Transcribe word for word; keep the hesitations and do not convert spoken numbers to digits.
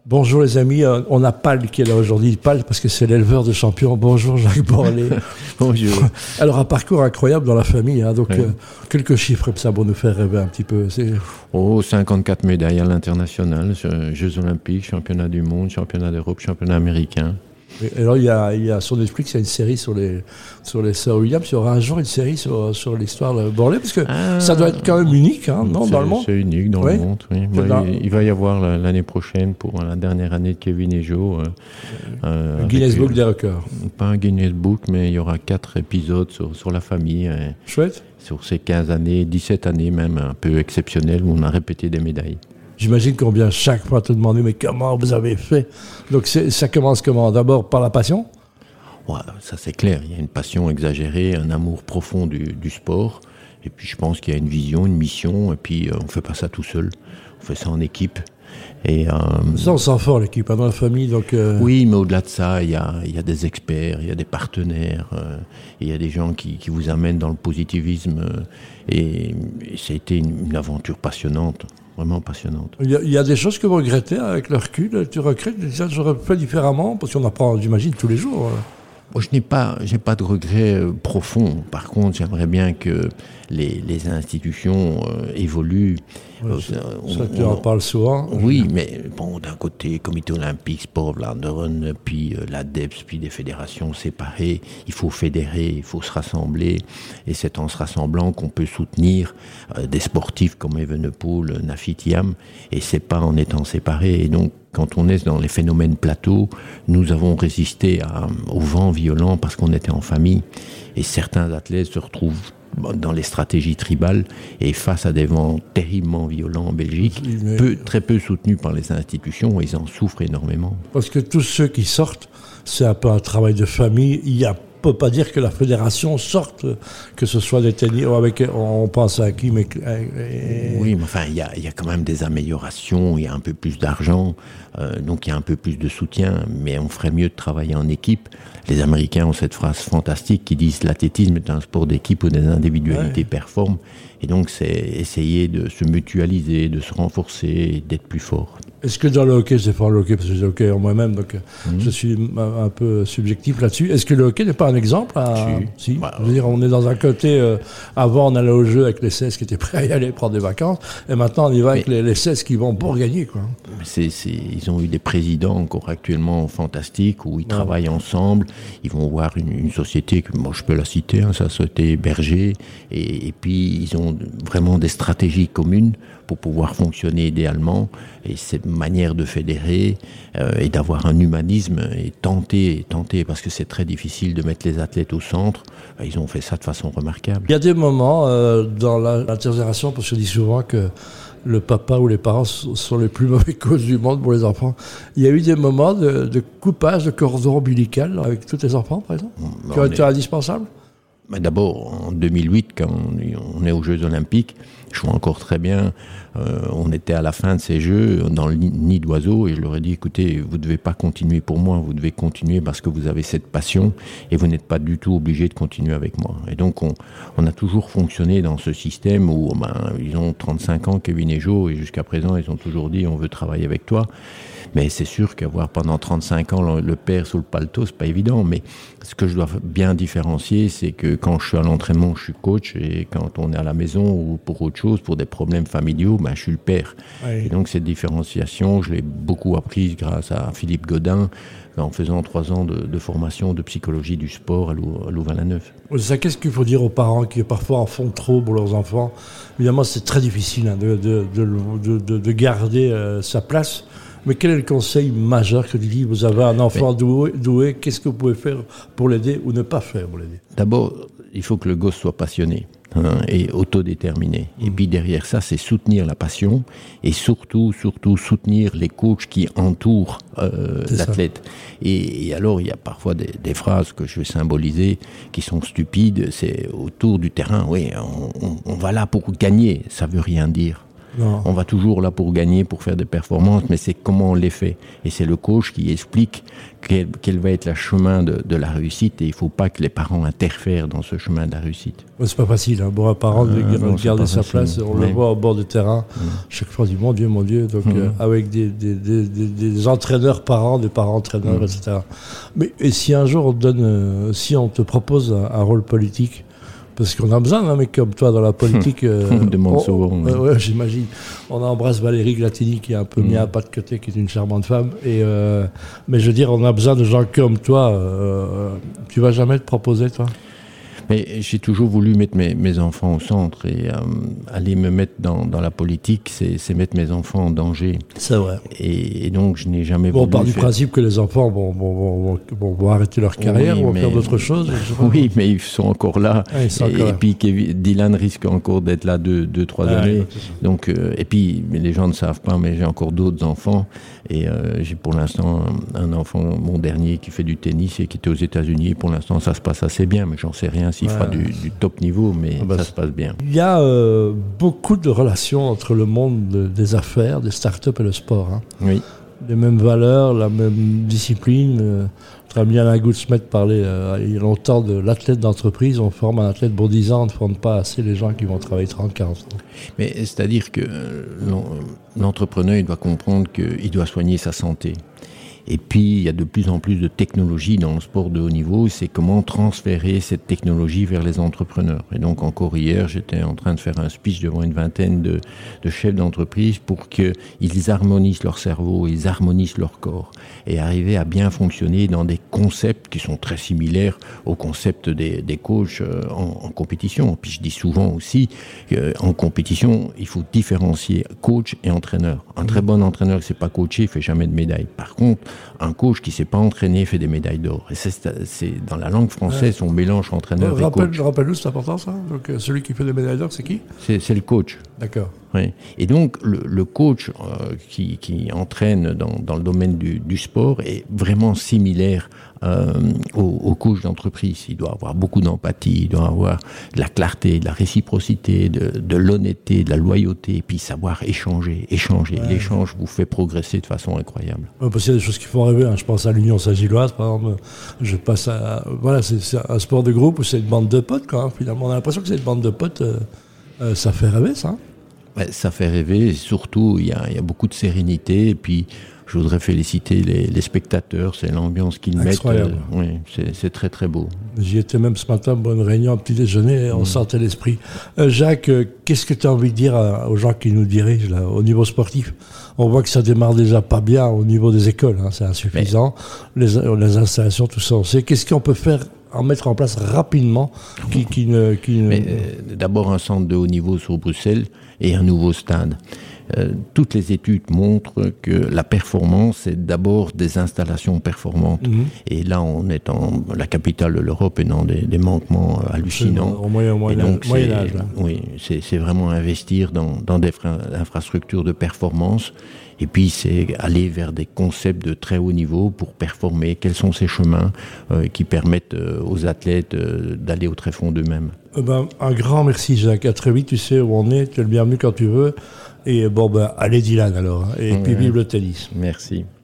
Bonjour les amis, on a Pal qui est là aujourd'hui. Pal parce que c'est l'éleveur de champions. Bonjour Jacques Borlet. Bonjour. Alors un parcours incroyable dans la famille, hein, donc oui. euh, quelques chiffres comme ça pour nous faire rêver un petit peu. C'est... Oh, cinquante-quatre médailles à l'international, Jeux Olympiques, championnat du monde, championnat d'Europe, championnat américain. Et alors il y a, il y a son esprit qu'il y a une série sur les sur les sœurs Williams. Il y aura un jour une série sur, sur l'histoire de Borlet parce que ah, ça doit être quand même unique, hein, non, dans le monde. C'est unique dans oui. le monde. Oui. Bah, dans... il, il va y avoir l'année prochaine pour la dernière année de Kevin et Joe. Euh, euh, Guinness Book des records. Pas un Guinness Book, mais il y aura quatre épisodes sur sur la famille. Euh, Chouette. Sur ces quinze années, dix-sept années même, un peu exceptionnelles où on a répété des médailles. J'imagine qu'on vient chaque fois te demander mais comment vous avez fait. Donc c'est, ça commence comment? D'abord par la passion? Ouais, ça c'est clair, il y a une passion exagérée, un amour profond du, du sport, et puis je pense qu'il y a une vision, une mission, et puis euh, on ne fait pas ça tout seul, on fait ça en équipe. Et, euh, ça on sent fort l'équipe, hein, dans la famille. Donc euh... Oui, mais au-delà de ça, il y a, il y a des experts, il y a des partenaires, euh, il y a des gens qui, qui vous amènent dans le positivisme, euh, et, et ça a été une, une aventure passionnante. Vraiment passionnante. Il y, a, il y a des choses que vous regrettez avec le recul. Tu regrettes, ça j'aurais fait différemment, parce qu'on apprend, j'imagine, tous les jours. Moi, je n'ai pas, j'ai pas de regrets euh, profonds. Par contre, j'aimerais bien que les, les institutions euh, évoluent. Ouais, euh, ça, on, ça, tu on, en parles souvent. Oui, mais bon, d'un côté, comité olympique, sport, Vlaanderen, puis euh, l'A D E P S, puis des fédérations séparées. Il faut fédérer, il faut se rassembler. Et c'est en se rassemblant qu'on peut soutenir euh, des sportifs comme Evenepoel, Nafit Yam. Et c'est pas en étant séparés. Et donc, quand on est dans les phénomènes plateaux, nous avons résisté à, au vent violent parce qu'on était en famille. Et certains athlètes se retrouvent dans les stratégies tribales et face à des vents terriblement violents en Belgique, mais... peu, très peu soutenus par les institutions, ils en souffrent énormément. Parce que tous ceux qui sortent, c'est un peu un travail de famille. Il y a On ne peut pas dire que la fédération sorte, que ce soit des tennis, avec, on pense à qui, mais... Et... Oui, mais enfin, il y a, y a quand même des améliorations, il y a un peu plus d'argent, euh, donc il y a un peu plus de soutien, mais on ferait mieux de travailler en équipe. Les Américains ont cette phrase fantastique qui disent « l'athlétisme est un sport d'équipe où des individualités ouais. performent ». Et donc, c'est essayer de se mutualiser, de se renforcer, d'être plus fort. Est-ce que dans le hockey, je sais pas le hockey, parce que j'ai le hockey en moi-même, donc mmh. je suis un peu subjectif là-dessus. Est-ce que le hockey n'est pas un exemple à... Si. si. Bah, je veux dire, on est dans un côté... Euh, avant, on allait au jeu avec les seize qui étaient prêts à y aller prendre des vacances, et maintenant, on y va avec les, les seize qui vont pour gagner, quoi. C'est, c'est, ils ont eu des présidents encore actuellement fantastiques, où ils ouais. travaillent ensemble, ils vont voir une, une société, que moi je peux la citer, hein, ça a été Berger, et, et puis ils ont vraiment des stratégies communes pour pouvoir fonctionner idéalement, et cette manière de fédérer euh, et d'avoir un humanisme et tenter, tenter, parce que c'est très difficile de mettre les athlètes au centre, ils ont fait ça de façon remarquable. Il y a des moments euh, dans la, l'intergénération, parce que je dis souvent que le papa ou les parents sont les plus mauvais causes du monde pour les enfants. Il y a eu des moments de, de coupage de cordon ombilical avec tous les enfants, par exemple, bon, qui ont été est... indispensables. Mais d'abord, en deux mille huit, quand on est aux Jeux Olympiques, je vois encore très bien, euh, on était à la fin de ces Jeux dans le nid d'oiseaux et je leur ai dit, écoutez, vous ne devez pas continuer pour moi, vous devez continuer parce que vous avez cette passion et vous n'êtes pas du tout obligé de continuer avec moi. Et donc, on, on a toujours fonctionné dans ce système où ben, ils ont trente-cinq ans, Kevin et Joe, et jusqu'à présent, ils ont toujours dit, on veut travailler avec toi. Mais c'est sûr qu'avoir pendant trente-cinq ans le, le père sous le paletot, c'est pas évident. Mais ce que je dois bien différencier, c'est que quand je suis à l'entraînement, je suis coach, et quand on est à la maison ou pour autre chose, pour des problèmes familiaux, ben, je suis le père. Oui. Et donc cette différenciation, je l'ai beaucoup apprise grâce à Philippe Godin, en faisant trois ans de, de formation de psychologie du sport à, Lou, à Louvain-la-Neuve. Ça, qu'est-ce qu'il faut dire aux parents qui parfois en font trop pour leurs enfants? Évidemment, c'est très difficile hein, de, de, de, de, de garder euh, sa place. Mais quel est le conseil majeur que tu dis? Vous avez un enfant Mais, doué, doué, qu'est-ce que vous pouvez faire pour l'aider ou ne pas faire pour l'aider? D'abord, il faut que le gosse soit passionné hein, et autodéterminé. Mmh. Et puis derrière ça, c'est soutenir la passion et surtout, surtout soutenir les coachs qui entourent euh, l'athlète. Et, et alors, il y a parfois des, des phrases que je vais symboliser qui sont stupides. C'est autour du terrain, oui, on, on, on va là pour gagner. Ça veut rien dire. Non. On va toujours là pour gagner, pour faire des performances, mais c'est comment on les fait. Et c'est le coach qui explique quel, quel va être le chemin de, de la réussite, et il ne faut pas que les parents interfèrent dans ce chemin de la réussite. Ouais, c'est pas facile, hein. Bon, un parent de euh, garder sa place, on mais... le voit au bord du terrain, mmh. chaque fois on dit mon Dieu, mon Dieu, donc mmh. euh, avec des, des, des, des, des entraîneurs parents, des parents entraîneurs, mmh. et cetera. Mais et si un jour on te donne, euh, si on te propose un, un rôle politique, parce qu'on a besoin d'un mec comme toi dans la politique. Euh, on demande souvent. Oui, euh, ouais, j'imagine. On embrasse Valérie Glatini qui est un peu mmh. mis à pas de côté, qui est une charmante femme. Et, euh, mais je veux dire, on a besoin de gens comme toi. Euh, tu vas jamais te proposer, toi ? Mais j'ai toujours voulu mettre mes, mes enfants au centre, et euh, aller me mettre dans, dans la politique, c'est, c'est mettre mes enfants en danger. C'est vrai. Et, et donc je n'ai jamais bon, voulu. On part du faire... principe que les enfants vont, vont, vont, vont, vont arrêter leur carrière, oui, vont mais... faire d'autres choses. Oui, mais ils sont encore là. Ah, sont et, encore et là. puis Dylan risque encore d'être là deux, deux trois ah, années. Oui, donc, euh, et puis les gens ne savent pas, mais j'ai encore d'autres enfants. Et euh, j'ai pour l'instant un, un enfant, mon dernier, qui fait du tennis et qui était aux États-Unis. Pour l'instant, ça se passe assez bien, mais j'en sais rien s'il ouais. fera du, du top niveau, mais ah bah, ça se passe bien. Il y a euh, beaucoup de relations entre le monde de, des affaires, des startups et le sport. Hein. Oui. Les mêmes valeurs, la même discipline. Euh, notre ami Alain Goudsmet parlait euh, il y a longtemps de l'athlète d'entreprise. On forme un athlète bourdisant, on ne forme pas assez les gens qui vont travailler trente à quarante ans. Mais c'est-à-dire que l'entrepreneur, il doit comprendre qu'il doit soigner sa santé. Et puis, il y a de plus en plus de technologies dans le sport de haut niveau. C'est comment transférer cette technologie vers les entrepreneurs. Et donc, encore hier, j'étais en train de faire un speech devant une vingtaine de, de chefs d'entreprise pour qu'ils harmonisent leur cerveau, ils harmonisent leur corps et arriver à bien fonctionner dans des concepts qui sont très similaires aux concepts des, des coachs en, en compétition. Puis, je dis souvent aussi qu'en compétition, il faut différencier coach et entraîneur. Un très bon entraîneur qui ne sait pas coacher, il ne fait jamais de médaille. Par contre, un coach qui ne s'est pas entraîné fait des médailles d'or. Et c'est, c'est dans la langue française, ouais. on mélange entraîneur ouais, et coach. Rappelle-nous, c'est important ça. Donc, celui qui fait des médailles d'or, c'est qui ? c'est, c'est le coach. D'accord. Oui. Et donc, le, le coach euh, qui, qui entraîne dans, dans le domaine du, du sport est vraiment similaire euh, au, au coach d'entreprise. Il doit avoir beaucoup d'empathie, il doit avoir de la clarté, de la réciprocité, de, de l'honnêteté, de la loyauté, et puis savoir échanger, échanger. Ouais. L'échange vous fait progresser de façon incroyable. Ouais, parce qu'il y a des choses qui font rêver. Hein. Je pense à l'Union Saint-Gilloise, par exemple. Je passe à... Voilà, c'est, c'est un sport de groupe où c'est une bande de potes, quoi. Hein, finalement, on a l'impression que c'est une bande de potes. Euh, euh, ça fait rêver, ça. Ouais, ça fait rêver, et surtout il y a, y a beaucoup de sérénité, et puis je voudrais féliciter les, les spectateurs, c'est l'ambiance qu'ils mettent, euh, oui, c'est, c'est très très beau. J'y étais même ce matin, bonne réunion, un petit déjeuner, on mmh. sentait l'esprit. Euh, Jacques, euh, qu'est-ce que tu as envie de dire à, aux gens qui nous dirigent là, au niveau sportif ? On voit que ça démarre déjà pas bien au niveau des écoles, hein, c'est insuffisant, Mais... les, les installations, tout ça on sait. Qu'est-ce qu'on peut faire en mettre en place rapidement qui, qui ne... Qui ne... Mais, euh, d'abord un centre de haut niveau sur Bruxelles et un nouveau stade. Euh, toutes les études montrent que la performance, c'est d'abord des installations performantes. Mmh. Et là, on est en la capitale de l'Europe et dans des, des manquements hallucinants. Au moyen, moyen, donc, moyen âge. Oui, c'est, c'est vraiment investir dans, dans des fra- infrastructures de performance. Et puis, c'est aller vers des concepts de très haut niveau pour performer. Quels sont ces chemins euh, qui permettent euh, aux athlètes euh, d'aller au tréfonds d'eux-mêmes ? Eh ben, un grand merci, Jacques. À très vite, tu sais où on est. Tu es le bienvenu quand tu veux. Et bon, ben, allez Dylan alors. Et mmh. puis vive le tennis. Merci.